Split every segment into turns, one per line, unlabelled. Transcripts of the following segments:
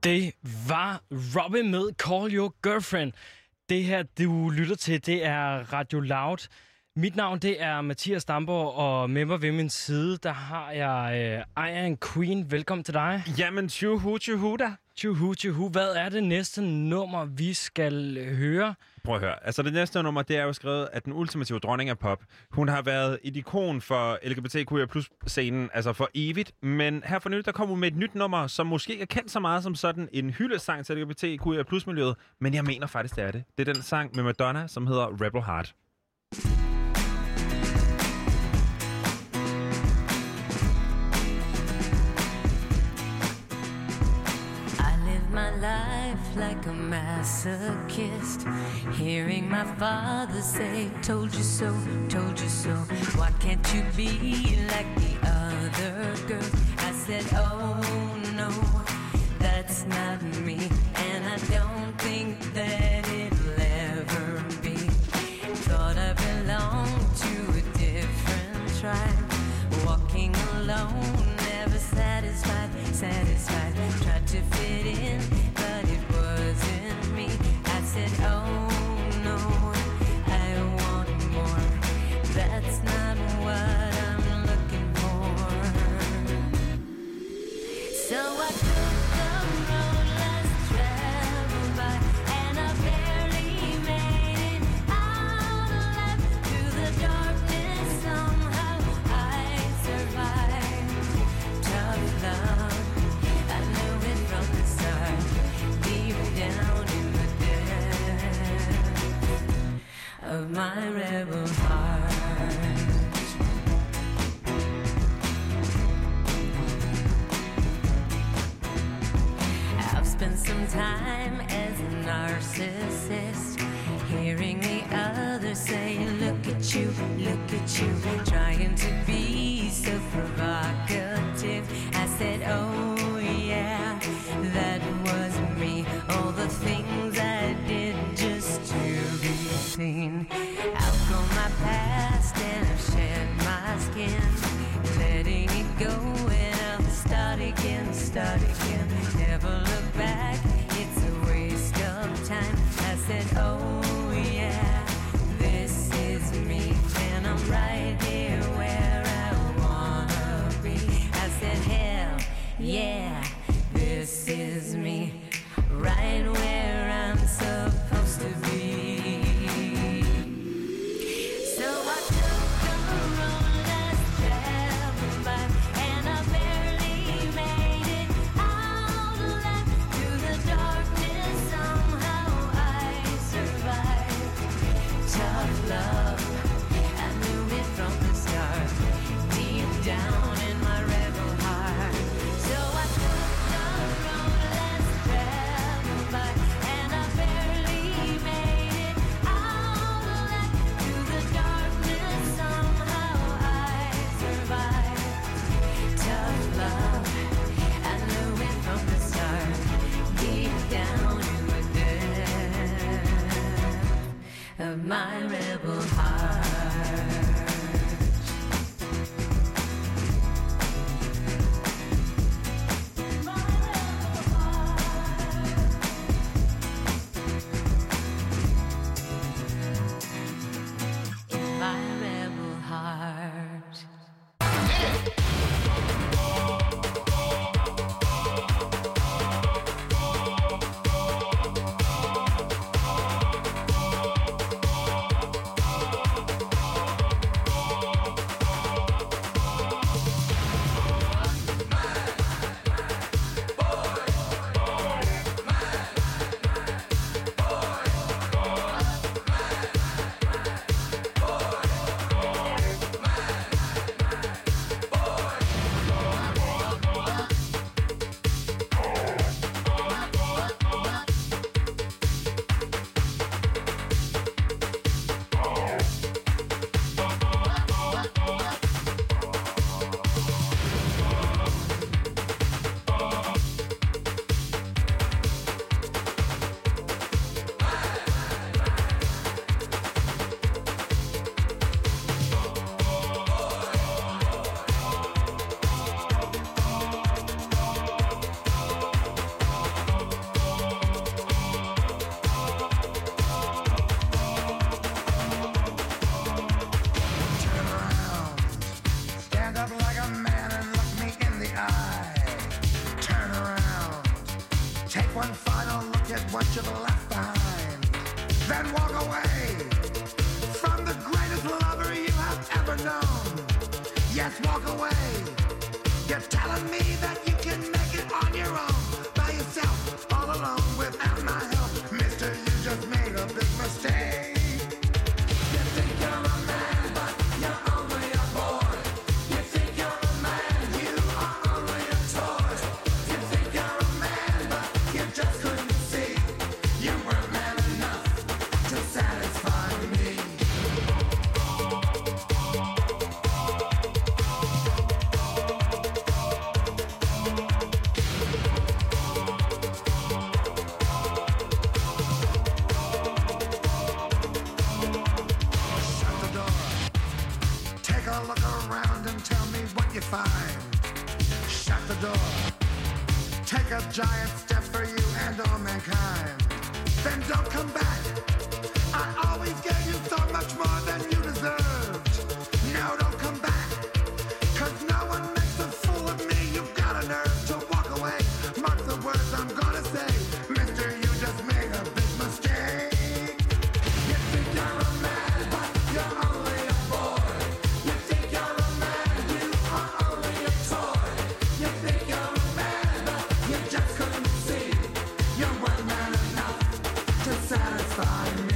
Det var Robin med Call Your Girlfriend. Det her, du lytter til, det er Radio Loud. Mit navn, det er Mathias Damborg, og med mig ved min side, der har jeg Iron Queen. Velkommen til dig.
Jamen, tjuhu da.
Tjuhu. Hvad er det næste nummer, vi skal høre?
Prøv at høre. Altså, det næste nummer, det er jo skrevet af den ultimative dronning af pop. Hun har været et ikon for LGBTQIA+-scenen, altså for evigt. Men her for nylig, der kom hun med et nyt nummer, som måske ikke er kendt så meget som sådan en hyldesang til LGBTQIA+-miljøet. Men jeg mener faktisk, det er det. Det er den sang med Madonna, som hedder Rebel Heart.
My life like a masochist, hearing my father say, told you so, why can't you be like the other girls? I said, oh no, that's not me, and I don't think that it'll ever be. Thought I belonged to a different tribe, walking alone, never satisfied, tried to fit in, but it wasn't me. I said, oh no, I want more, that's not what I'm looking for. So I took the road less traveled by, and I barely made it out alive. Through the darkness somehow I survived. Tough love, of my rebel heart. I've spent some time as a narcissist, hearing the others say, look at you, trying to be so provocative. I said, oh yeah, that was me, all the things I did just to be seen. Outgrown my past and I've shed my skin, letting it go and I'll start again. Never look back, it's a waste of time. I said, oh yeah, this is me, and I'm right here where I wanna be. I said, hell yeah, this is me, right where I'm supposed to be. So I took the road less traveled by, and I barely made it out alive. Through the darkness somehow I survived. Tough love, I knew it from the start, deep down in my rebel heart. So I took the road less traveled by, and I barely made it out alive. Through the darkness somehow I survived. Tough love, I knew it from the start, deep down in the depth of my rebel heart. My rebel heart.
what you've left behind. Then walk away from the greatest lover you have ever known. Yes, walk away. You're telling me that you can make it on your own, by yourself, all alone, without my help. Mister, you just made a big mistake. You think you're a man, but you're only a boy. You think you're a man, you are only a toy. You think you're a man, but you just couldn't see. You weren't man enough to satisfy me. Shut the door. Take a look around and tell me what you find. Shut the door. Take a giant step for you and all mankind. Then don't come back. I always gave you so much more than you deserved. No, don't come back. 'Cause no one makes a fool of me. You've got a nerve to walk away. Mark the words I'm gonna say. Mister, you just made a big mistake. You think you're a man, but you're only a boy. You think you're a man, you are only a toy. You think you're a man, but you just couldn't see. You weren't man enough to satisfy me.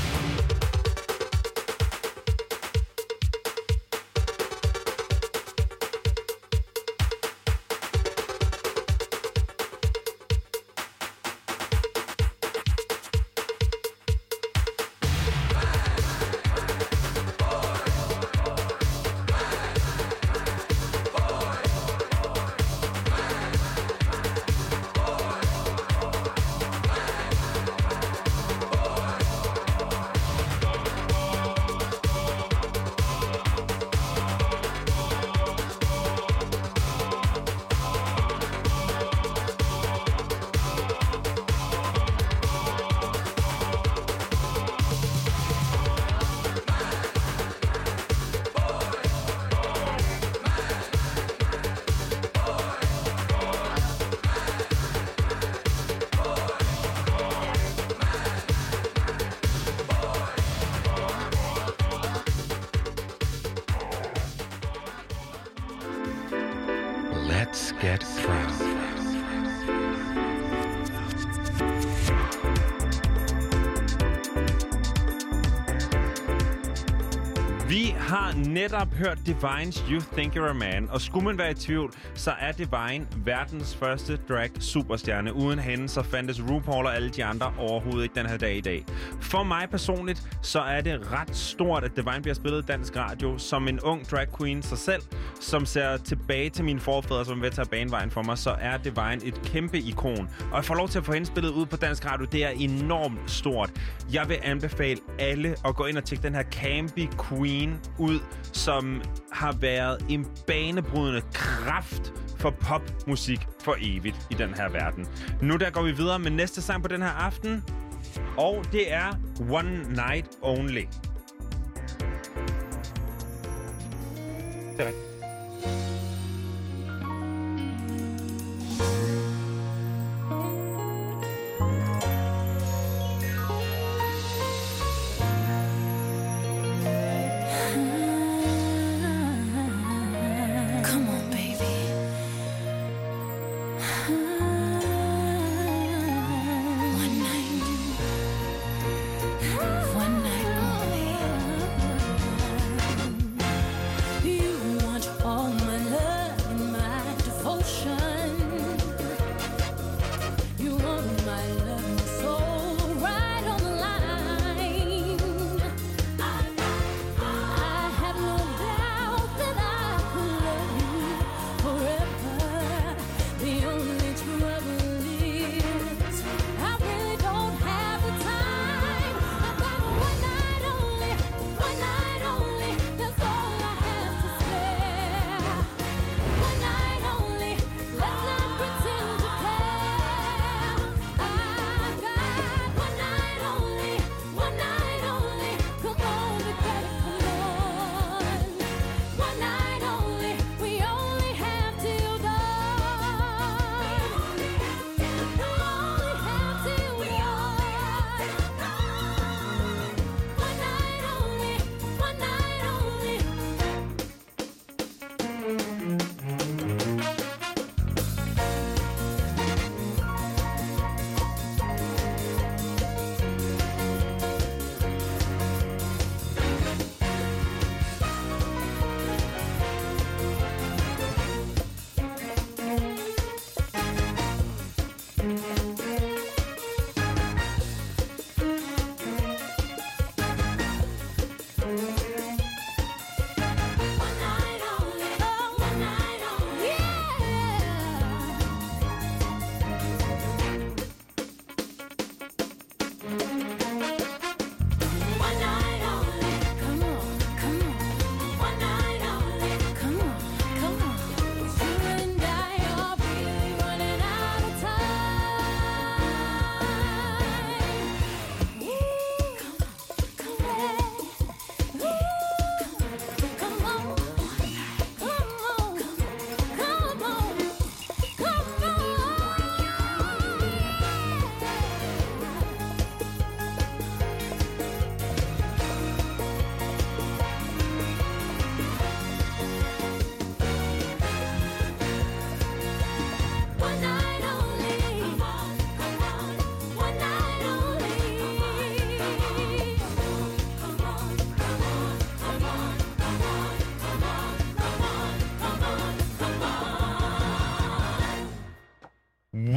Let's get proud.
Vi har netop hørt Divines You Think You're a Man, og skulle man være i tvivl, så er Divine verdens første drag superstjerne. Uden hende, så fandtes RuPaul og alle de andre overhovedet ikke den her dag i dag. For mig personligt, så er det ret stort, at Divine bliver spillet i dansk radio som en ung drag queen sig selv, som ser tilbage til mine forfædre, som vil tage banevejen for mig, så er Divine et kæmpe ikon. Og jeg får lov til at få hende spillet ud på dansk radio, det er enormt stort. Jeg vil anbefale alle at gå ind og tjekke den her Campy Queen ud, som har været en banebrydende kraft for popmusik for evigt i den her verden. Nu der går vi videre med næste sang på den her aften, og det er One Night Only. Det er rigtigt.
One night only. You want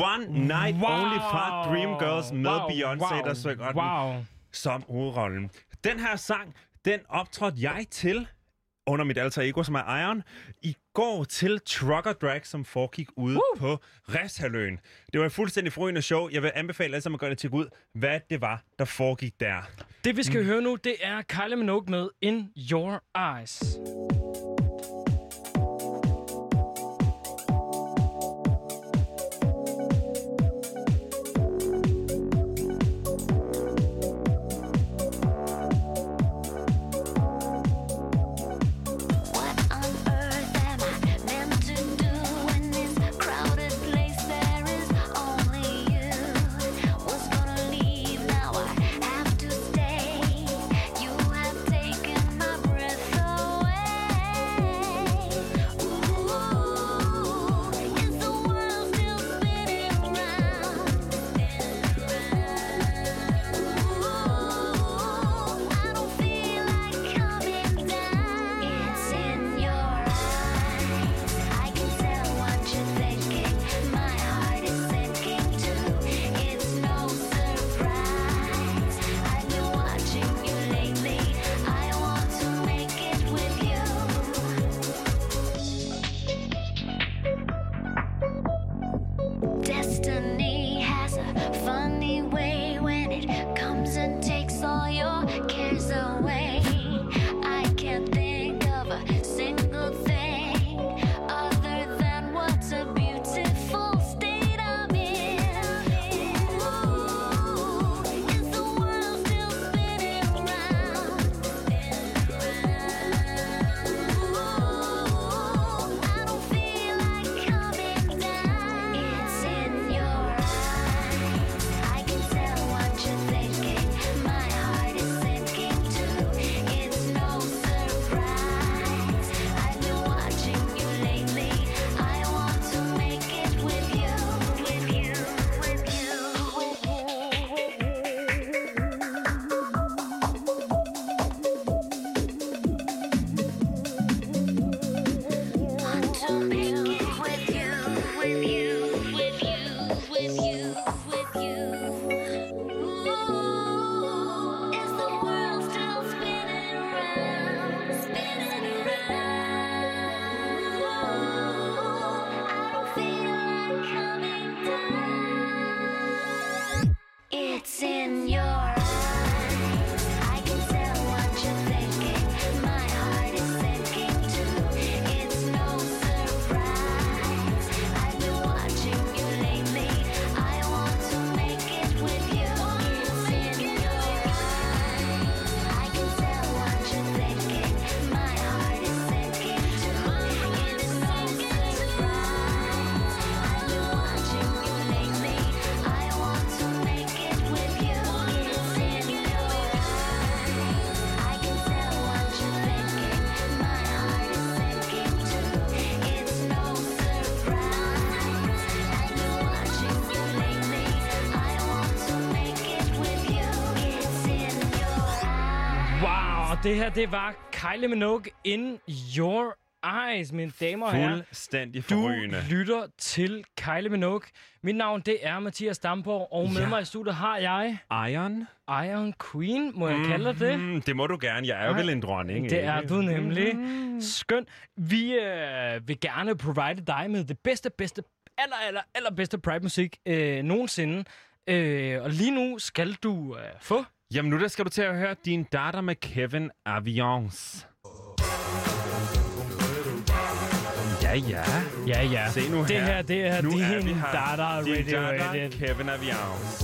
One Night Only fra Dreamgirls med Beyoncé, der synger den som hovedrollen. Den her sang, den optrådte jeg til under mit alter ego, som er Iron, i går til Trucker Drag, som foregik ude på Refshaleøen. Det var et fuldstændig forrygende show. Jeg vil anbefale alle sammen at gøre det til ud, hvad det var, der foregik der.
Det vi skal høre nu, det er Kylie Minogue med In Your Eyes. Det her, det var Kylie Minogue In Your Eyes, mine damer og herrer.
Fuldstændig forrygende.
Du lytter til Kylie Minogue. Mit navn, det er Mathias Damborg, og med mig i studiet har jeg... Iron Queen, må jeg kalde det?
Det må du gerne. Jeg er jo vel en dronning.
Det er du nemlig. Skønt. Vi vil gerne provide dig med det bedste, allerbedste Pride-musik nogensinde. Og lige nu skal du få...
Jamen nu der skal du til at høre Din Datter med Kevin Aviance. Ja.
Se nu her. Det her, det er Din Datter
Din Datter Kevin Aviance.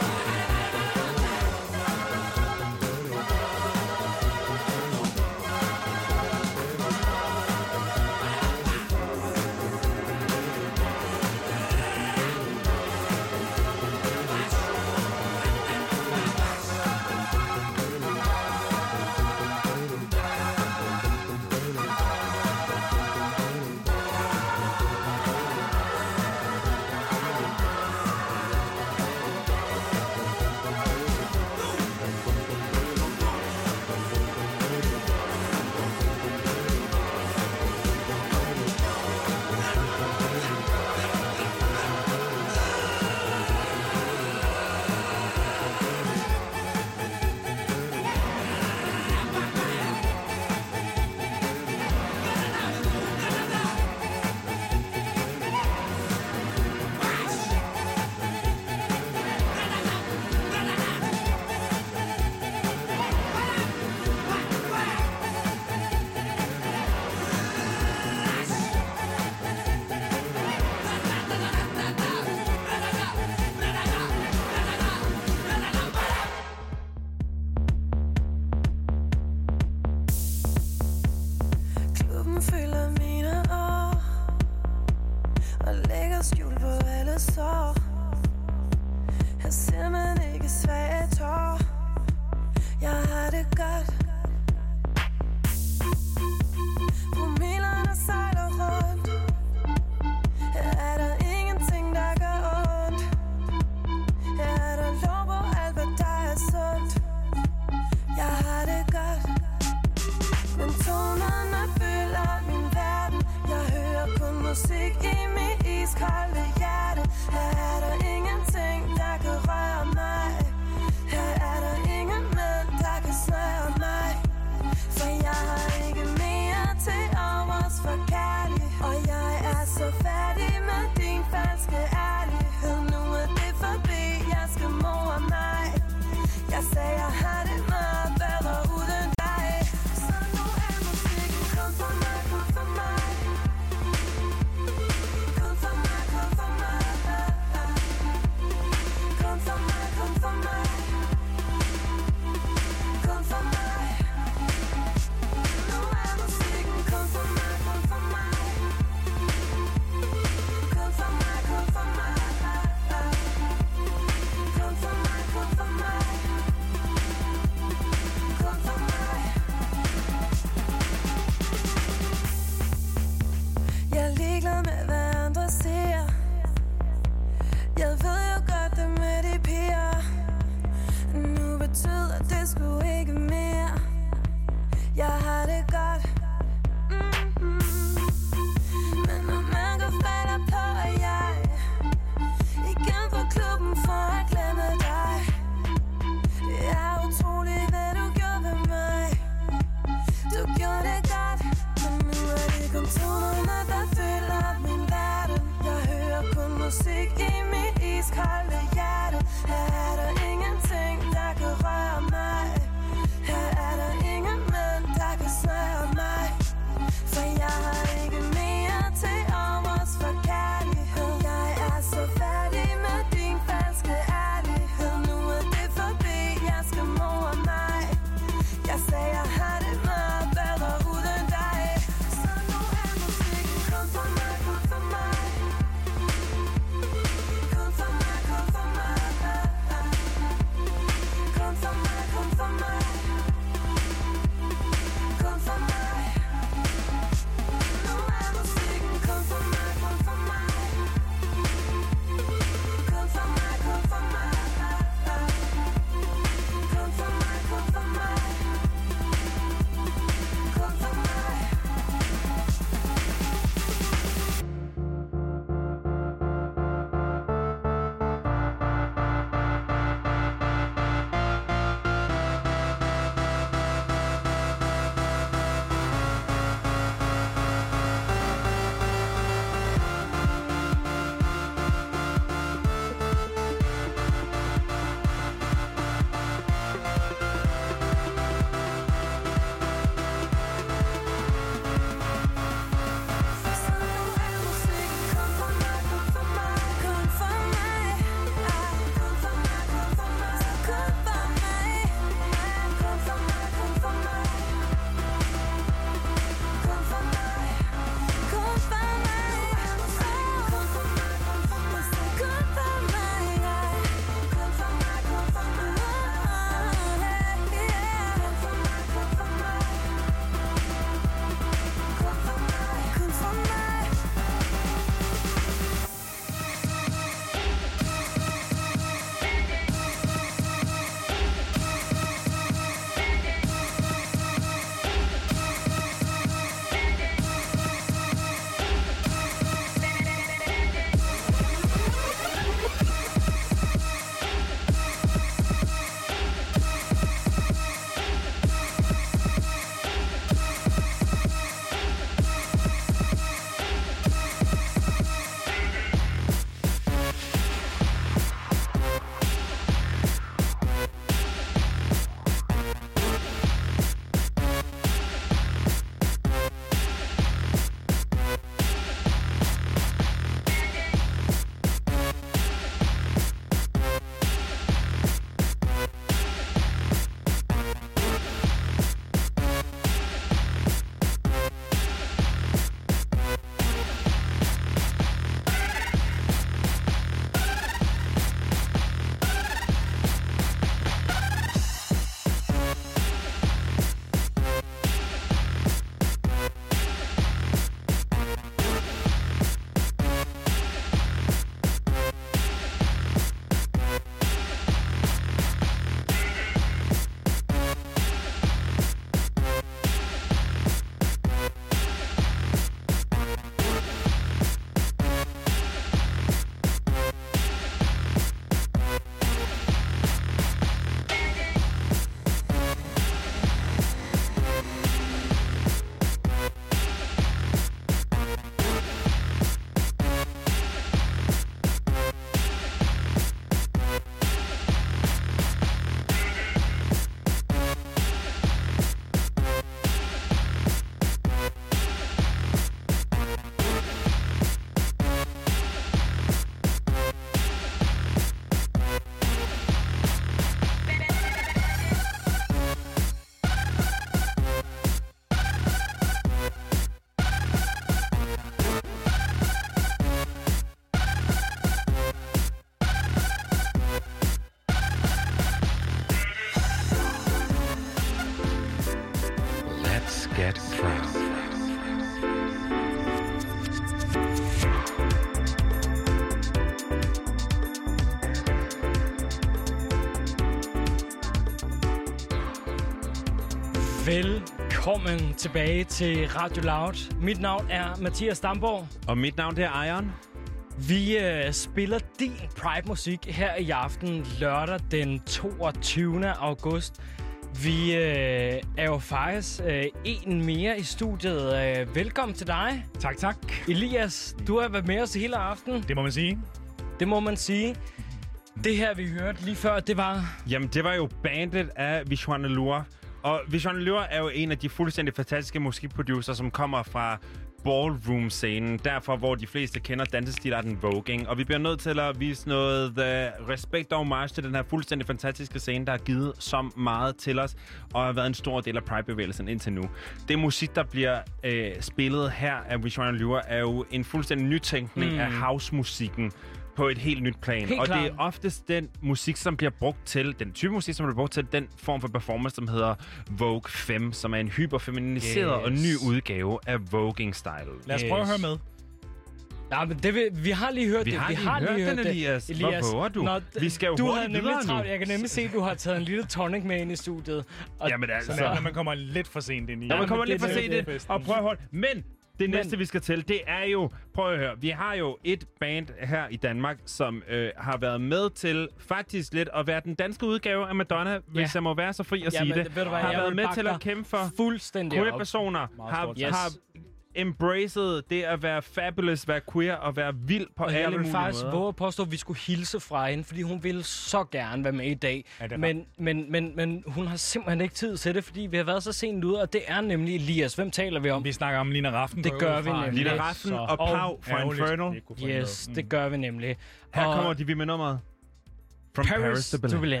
Velkommen tilbage til Radio Loud. Mit navn er Mathias Damborg.
Og mit navn det er Iron.
Vi spiller din Pride-musik her i aften, lørdag den 22. august. Vi er jo faktisk en mere i studiet. Velkommen til dig.
Tak.
Elias, du har været med os hele aften.
Det må man sige.
Det må man sige. Det her, vi hørte lige før, det var...
Jamen, det var jo bandet af Vichon Allure. Og Vichon Allure er jo en af de fuldstændig fantastiske musikproducer, som kommer fra ballroom-scenen. Derfor, hvor de fleste kender dansestilarten voguing. Og vi bliver nødt til at vise noget respekt og homage til den her fuldstændig fantastiske scene, der har givet så meget til os, og har været en stor del af Pride-bevægelsen indtil nu. Det musik, der bliver spillet her af Vichon Allure, er jo en fuldstændig nytænkning af house-musikken på et helt nyt plan.
Helt
og
klart.
det er oftest den musik, som bliver brugt til, den type musik, som bliver brugt til den form for performance, som hedder Vogue Femme, som er en hyperfeminiseret og ny udgave af voguing-style.
Lad os prøve at høre med.
Ja, men vi har lige hørt det.
Vi har lige hørt den, Elias. Hvor våger du? Vi skal jo hurtigt videre nu.
Jeg kan nemlig se, at du har taget en lille tonic med ind i studiet. Og
Jamen altså.
Så når man kommer lidt for sent ind i.
Når man kommer
det-
lidt for
det-
sent
det-
ind og prøve at holde. Men det næste, vi skal til, det er jo... Prøv at høre. Vi har jo et band her i Danmark, som har været med til faktisk lidt at være den danske udgave af Madonna, hvis jeg må være så fri at sige det.
Ved du hvad,
Har
jeg
været
vil
med
bakke
til at
dig
kæmpe for
fuldstændig op.
queer-personer.
Meget
Har embraced det at være fabulous, være queer og være vild på
Og
alle
jeg vil
mulige
faktisk
måder.
våge at påstå, at vi skulle hilse fra hende, fordi hun ville så gerne være med i dag.
Ja, det er
Men hun har simpelthen ikke tid til det, fordi vi har været så sent ude, og det er nemlig Elias. Hvem taler vi om?
Vi snakker om Lina Raffen.
Det gør vi nemlig.
Lina Raffen og Pau fra Infernal.
Yes, det gør vi nemlig.
Her
Og
kommer de med nummeret. From
Paris to Berlin.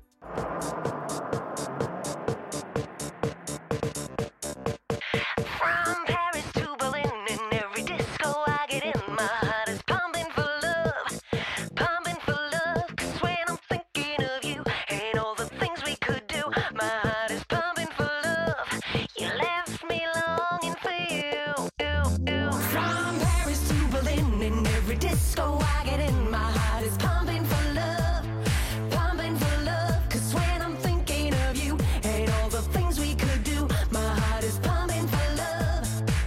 From Paris to Berlin, in every disco I get in, my heart is pumping for love, pumping for love. 'Cause when I'm thinking of you and all the things we could do, my heart is pumping for love. You left me longing for you. From Paris to Berlin, in every disco I get in, my heart is pumping for love, pumping for love. 'Cause when I'm thinking of you and all the things we could do, my heart is pumping for love.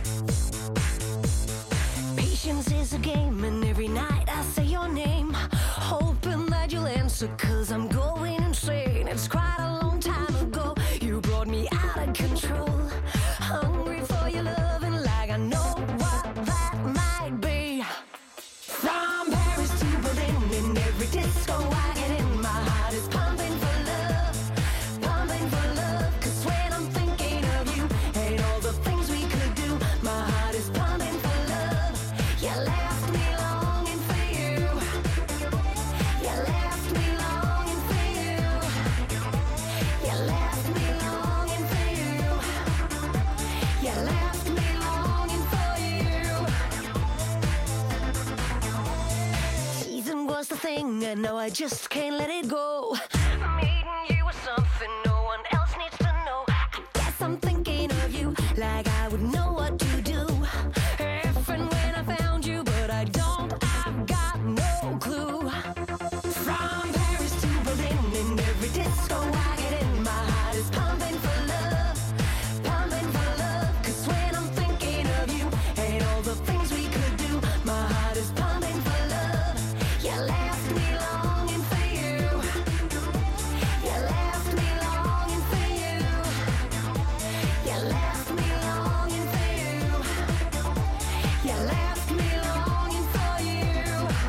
Patience is a game, and every night I say your name, hoping that you'll answer, 'cause I'm going insane. It's quite a long time ago, you brought me out of control. Hungry for your loving like I know what that might be. From Paris to Berlin, in every disco I get in, my heart is pumping for love, pumping for love. 'Cause when I'm thinking of you and all the things we could do, my heart is pumping for love. You left me longing for you. You left me longing for you. You left me longing for you. You left me longing for you. Teasing was the thing, and now I just can't let it go. Meeting you was something no one else needs to know. I guess I'm thinking of you like I would know what to do if and when I found you, but I don't. I've got no clue. From Paris to Berlin, in every disco I get in, my heart is pumping for love, pumping for love. 'Cause when I'm thinking of you and all the things we could do, my heart is pumping for love. You left me longing for you. You left me longing for you. You left me longing for you. You left me longing for you.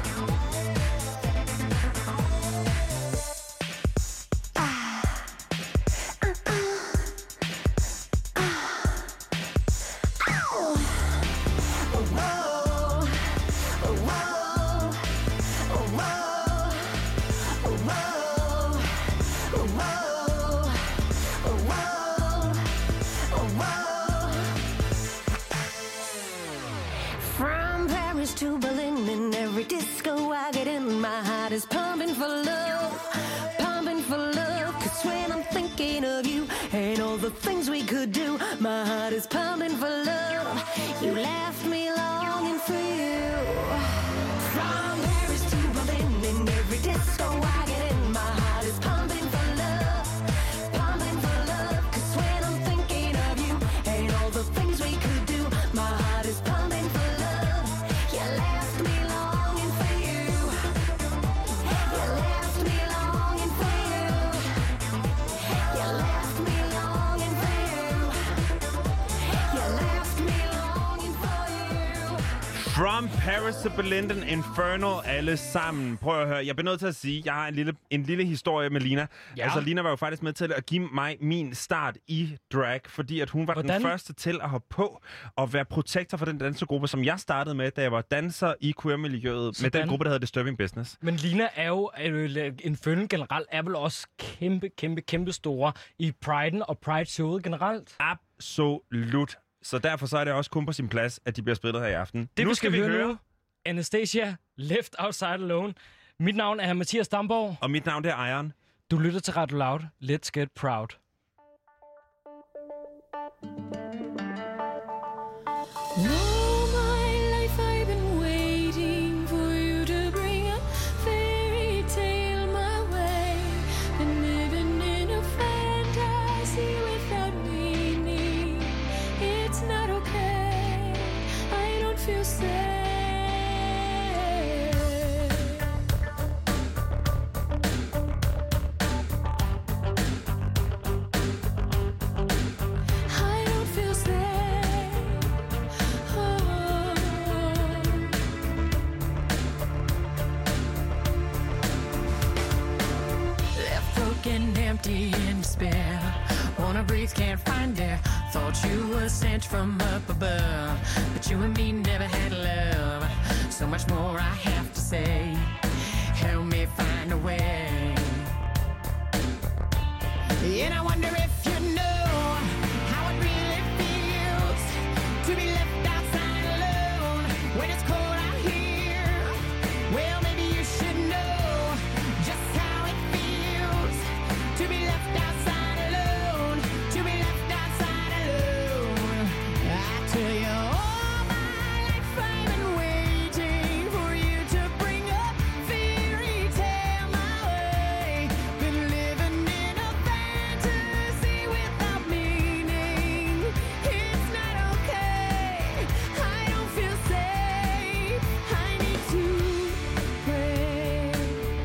From Paris to Berlin, in every disco I get in, my heart is pumping for love, pumping for love. 'Cause when I'm thinking of you and all the things we could do, my heart is pumping for love. You left me longing for you. From Paris to Berlin, in every disco I get in, my heart is pumping for love, pumping for love. 'Cause when I'm thinking
From Paris to Berlin, Infernal, alle sammen. Prøv at høre, jeg bliver nødt til at sige, jeg har en lille historie med Lina.
Ja.
Altså, Lina var jo faktisk med til at give mig min start i drag, fordi at hun var den første til at hoppe på og være protektor for den dansegruppe, som jeg startede med, da jeg var danser i queer-miljøet, med den gruppe, der hedder Disturbing Business.
Men Lina er jo, Infernal generelt, er vel også kæmpe store i Pride'en og Pride-showet generelt.
Absolut. Så derfor så er det også kun på sin plads, at de bliver spillet her i aften.
Det nu skal vi høre nu. Anastasia, Left Outside Alone. Mit navn er Mathias Damborg.
Og mit navn det er Iron.
Du lytter til Radio Loud. Let's get proud.
Empty in despair, wanna breathe, can't find air. Thought you were sent from up above, but you and me never had love. So much more I have to say, help me find a way. And I wonder if you know how it really feels to be left outside alone when it's cold out here. Well, maybe you should know just how it feels to be left outside alone, to be left outside alone. I tell you, all my life I've been waiting for you to bring a fairy tale my way. Been living in a fantasy without meaning. It's not okay, I don't feel safe, I need to pray.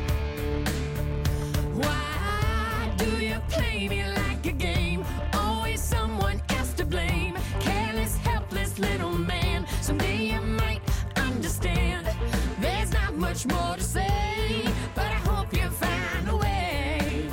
Why do you play me like a game? Always someone else to blame. Careless, helpless little man. Someday you might understand. There's not much more to say, but I hope you find a way.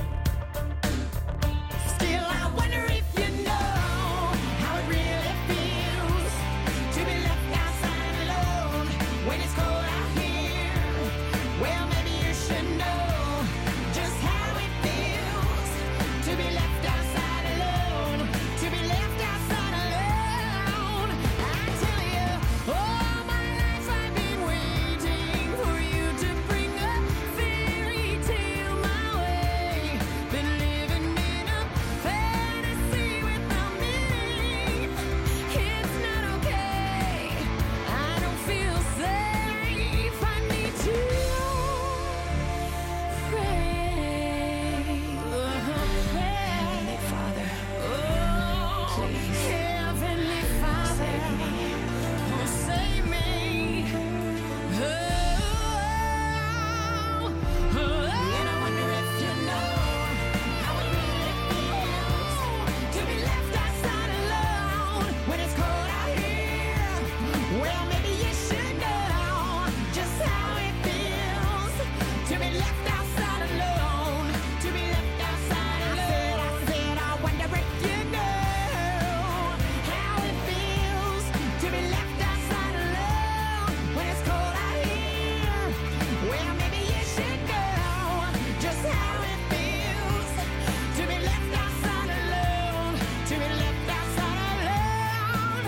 Still, I wonder if you know how it really feels to be left outside alone when it's cold out here. Well, maybe you should know just how it feels to be left outside alone, to be left outside alone. I tell you, all my life I've been waiting for you to bring a fairy tale my way. Been living in a fantasy without meaning. It's not okay, I don't feel safe, I need to Heavenly Father, please, Heavenly Father, save me. And I wonder if you know how it really feels to be left outside alone when it's cold out here. Well, maybe you should know just how it feels to be left outside alone, to be left outside alone. I said, I wonder if you know how it feels to be left outside alone when it's cold out here. Well, maybe you should know just how it feels to be left outside alone, to be left outside alone.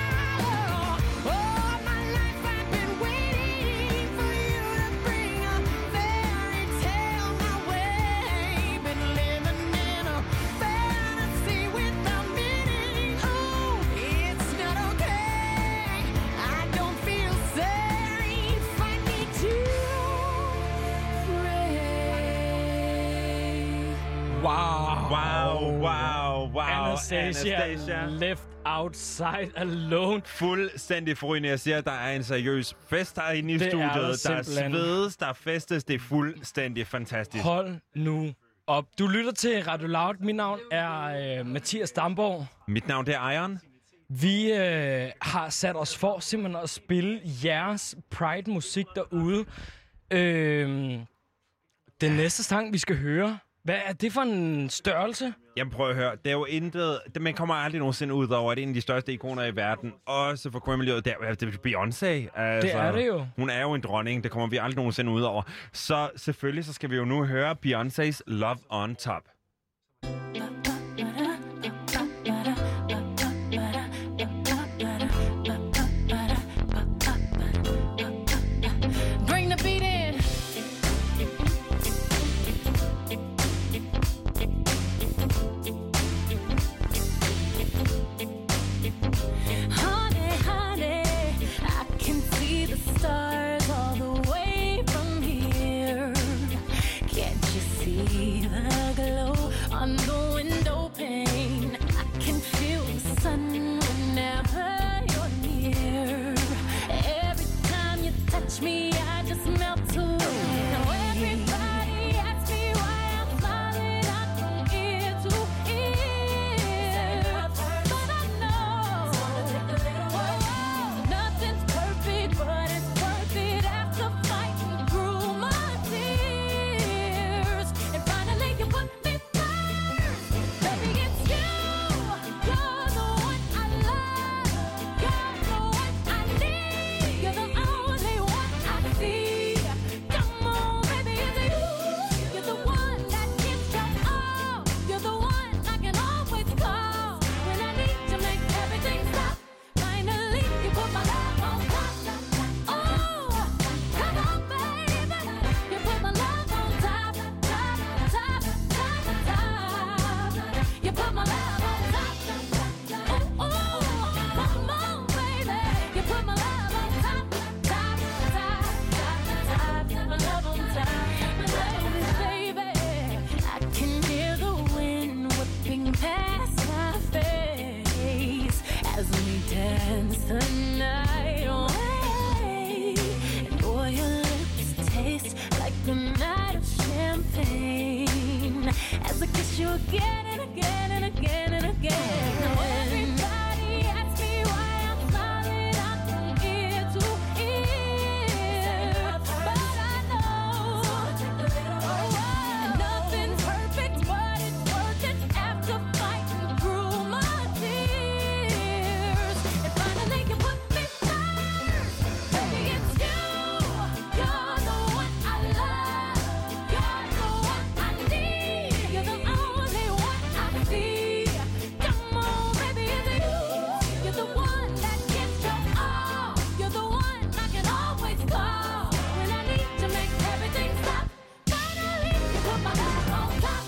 All my life I've been waiting for you to bring a fairy tale my way. Been living in a fantasy without meaning. Oh, it's not okay, I don't feel safe, I need to pray.
Wow.
Anastasia, Left Outside Alone.
Fuldstændig forrygende. Jeg siger, at der er en seriøs fest herinde i
Det er
studiet.
der
Der er
simpelthen.
svedes, der er festes. Det er fuldstændig fantastisk.
Hold nu op. Du lytter til Radio Loud. Mit navn er Mathias Damborg.
Mit navn det er Iron.
Vi har sat os for simpelthen at spille jeres Pride-musik derude. Den næste sang, vi skal høre, hvad er det for en størrelse?
Jamen prøv at høre, det er jo intet... Man kommer aldrig nogensinde ud over, at det er en af de største ikoner i verden. Også for queer-miljøet, det er Beyoncé. Altså,
Det er det jo.
Hun er jo en dronning, det kommer vi aldrig nogensinde ud over. Så selvfølgelig så skal vi jo nu høre Beyoncé's Love on Top.
Bring the beat in. Honey, honey, I can see the stars all the way from here. Can't you see the glow on the window pane? I can feel the sun whenever you're near. Every time you touch me, I just melt away. Now everybody asks me why I'm smiling out from ear to ear. But I know nothing's perfect, but it's worth it after fighting through my tears. And finally you put me first. Baby, it's you. You're the one I love. You're the one I need. You're the only one I see. Come on, baby, it's you. You're the one that gives your all. You're the one I can always call when I need to make everything stop. Finally, you put my love on top. Oh, come on, baby. You put my love on top, top, top, top, top. You put my love on top. Oh, come on, baby. You put my love on top, top, top, top, top. My love on top, baby. I can hear the wind whipping past my face as we dance the night away. And boy, your lips taste like the night of champagne as I kiss you again and again and again and again. Now everybody asks me why I'm smiling out from ear to ear, but I know nothing's perfect, but it's worth it after fighting through my tears. And finally you put me first. Baby, it's you. You're the one I love. You're the one I need. You're the only one I see. Come on, baby, it's you. You're the one that gives your all. You're the one I can always call when I need to make everything stop. Finally, you put my love on top.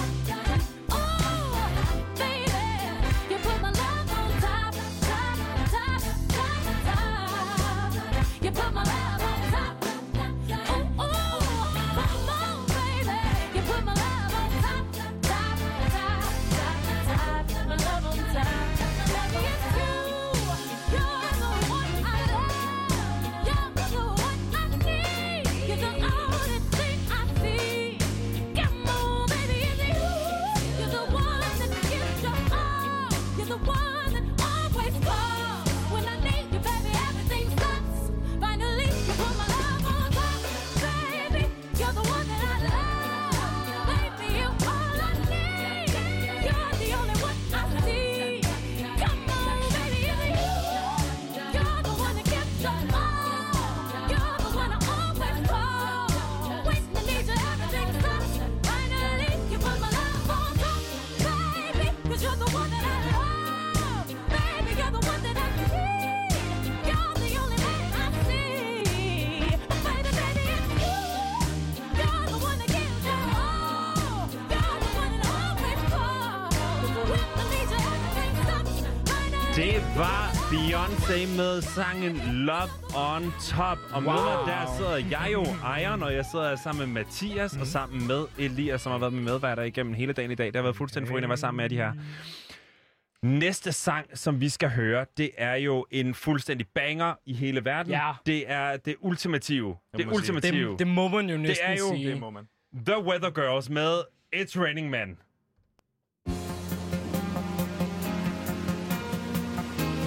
Oh, baby, you put my love on top, top, top, top, top. You put my love on top. Oh, come on, baby, you put my love on top, top, top, top, top. My love on top. Baby, it's you. You're the one I love. You're the one I need. You're the only thing I see. Come on, baby, it's you. You're the one that gives your all. You're the one that always calls when I need you, baby. Everything stops. Finally, you put my love on top, baby. You're the one that I love, baby. You're all I need. You're the only one I see. Come on, baby, it's you. You're the one that gives your all. You're the one I always call. When I need you, everything stops. Finally, you put my love on top, baby. 'Cause you're the one that I love, baby. You're the one that I need. You're the only one I see. Baby, baby, it's you. You're the one that gives your all. You're the one that always calls. When I need you, everything stops. Finally.
Det var Beyoncé med sangen Love on Top. Og med mig, der sidder jeg jo, Ejeren, og jeg sidder sammen med Mathias og sammen med Elias, som har været med medværter igennem hele dagen i dag. Det har været fuldstændig forrygende at være sammen med de her. Næste sang, som vi skal høre, det er jo en fuldstændig banger i hele verden.
Ja.
Det er det ultimative. Det ultimative.
Det må man jo næsten
er jo-
sige.
Det må man.
The Weather Girls med It's Raining Men.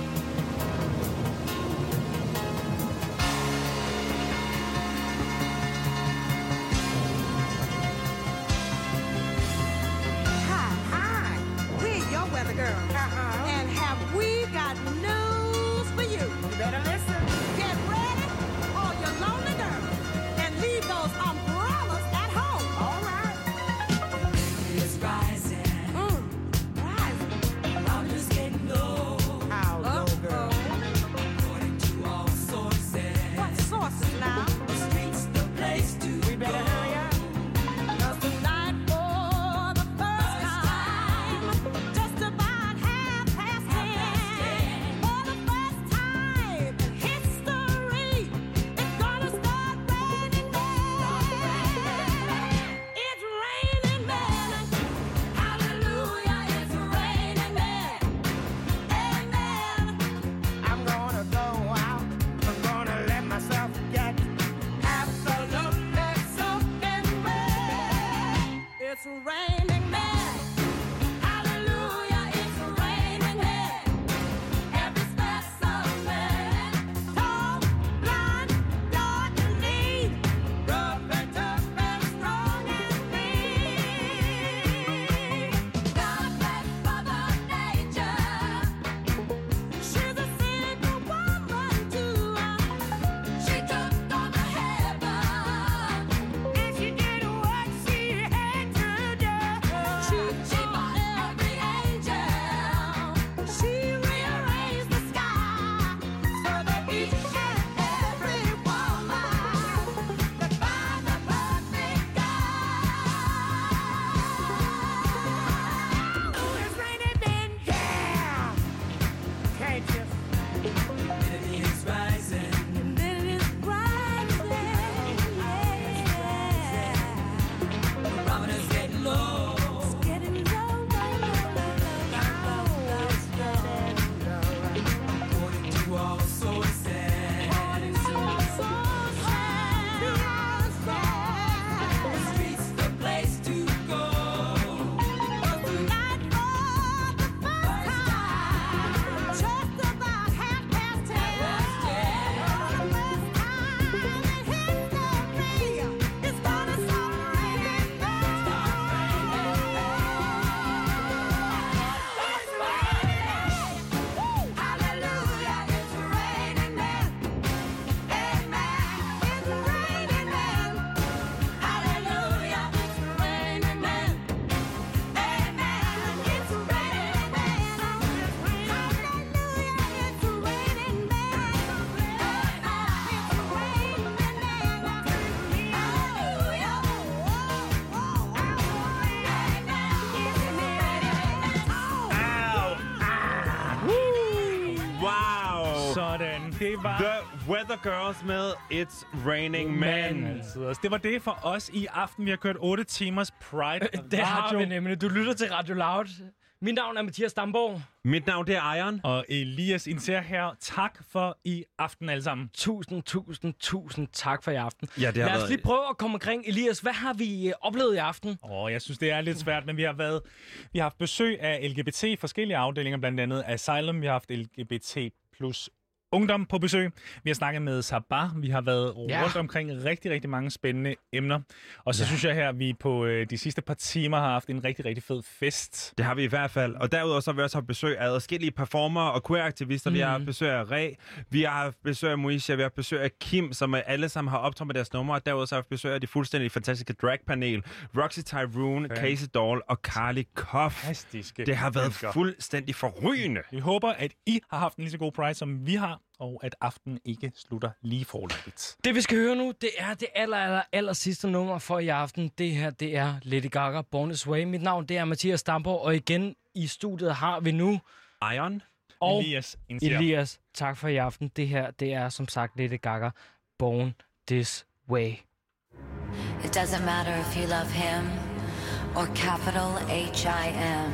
det var...
The Weather Girls med It's Raining Men.
Det var det for os i aften. Vi har kørt 8 timers Pride
Det har
Radio.
vi nemlig. Du lytter til Radio Loud. Mit navn er Mathias Damborg.
Mit navn det er Iron.
Og Elias Inser her. Tak for i aften alle sammen.
Tusind tak for i aften.
Ja, det har
Lad os
været-
lige prøve at komme omkring. Elias, hvad har vi oplevet i aften?
Jeg synes, det er lidt svært, men vi har haft besøg af LGBT, forskellige afdelinger, blandt andet Asylum. Vi har haft LGBT plus ungdom på besøg. Vi har snakket med Sabah. Vi har været rundt omkring rigtig, rigtig mange spændende emner. Og så synes jeg her, at vi på de sidste par timer har haft en rigtig, rigtig fed fest.
Det har vi i hvert fald. Og derudover så har vi også haft besøg af forskellige performere og queer-aktivister. Vi har haft besøg af Ræ, vi har haft besøg af Moesha, vi har haft besøg af Kim, som alle sammen har optrådt med deres numre. Og derudover så har vi haft besøg af de fuldstændig fantastiske dragpanel. Roxy Tyrone, Casey Doll og Carly Koff.
Fantastiske
Det har været
mennesker.
fuldstændig forrygende.
Vi håber, at I har haft en lige så god Pride, som vi har, og at aftenen ikke slutter lige forløbigt.
Det vi skal høre nu, det er det aller sidste nummer for i aften. Det her, det er Lady Gaga, Born This Way. Mit navn, det er Mathias Damborg, og igen i studiet har vi nu
Iron.
og
Elias Inser.
Elias. Tak for i aften. Det her, det er som sagt Lady Gaga, Born This Way.
It doesn't matter if you love him or capital H-I-M.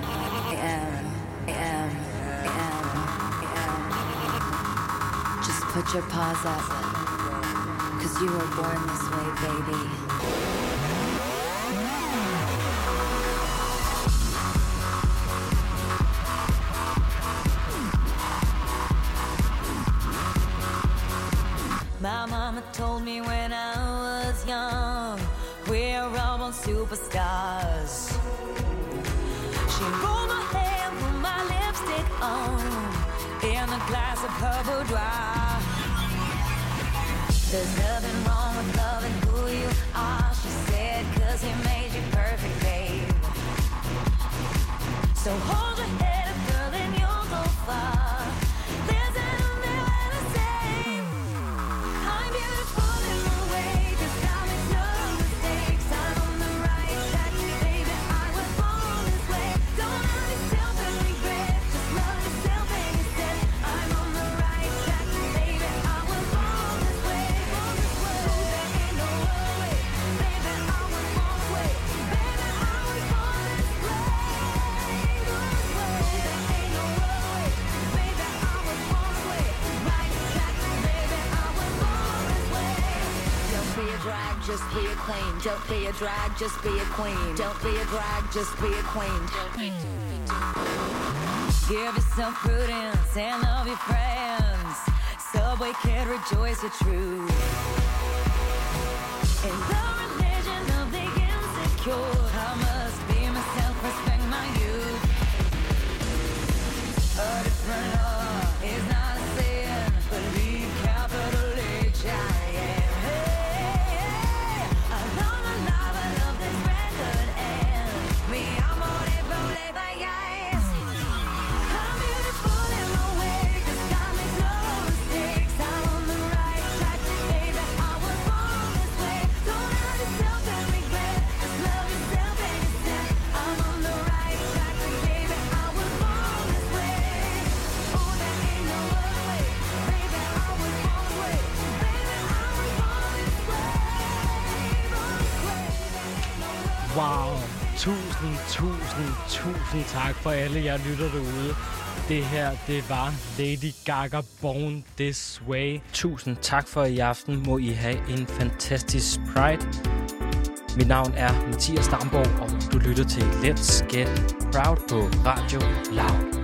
Just put your paws up, 'cause you were born this way, baby. My mama told me when I was young, we're all born superstars. She rolled my hair, put my lipstick on, in a glass of her boudoir. There's nothing wrong with loving who you are, she said, 'cause he made you perfect, babe. So hold your head up, girl, and you'll go far. There's nothing left to say. I'm beautiful in my way, 'cause I make no mistakes. I'm on the right track, baby, I was born this way. Don't hurt yourself and regret, just love yourself and you said, I'm on the right track, baby, I was born this way. There ain't no other way, baby, I was born this way. Baby, I was born this way. There ain't no other way, baby, I was born this way. Right track, baby, I was born this way. Don't be a drag, just be a queen. Don't be a drag, just be a queen. Don't be a drag, just be a queen. Give yourself prudence and love your friends. Subway kid, rejoice your truth. In the religion of the insecure, I must be myself, respect my youth. A different law is not a sin. Believe capital H-I-M. Hey, I long a lot, I love this record and me, I'm on it, rolling by guys. I'm beautiful in my way, 'cause I make no mistakes. I'm on the right track, baby, I was born this way. Don't hurt yourself and regret, just love yourself and you said, I'm on the right track, baby, I was born this way. Oh, there ain't no other way, baby, I was born this way. Baby, I was born this way, born this way. There ain't no other
Wow. Tusind tak for alle jer lytter derude. Det her, det var Lady Gaga, Born This Way. Tusind tak for i aften. Må I have en fantastisk Pride. Mit navn er Mathias Damborg, og du lytter til Let's Get Proud på Radio Loud.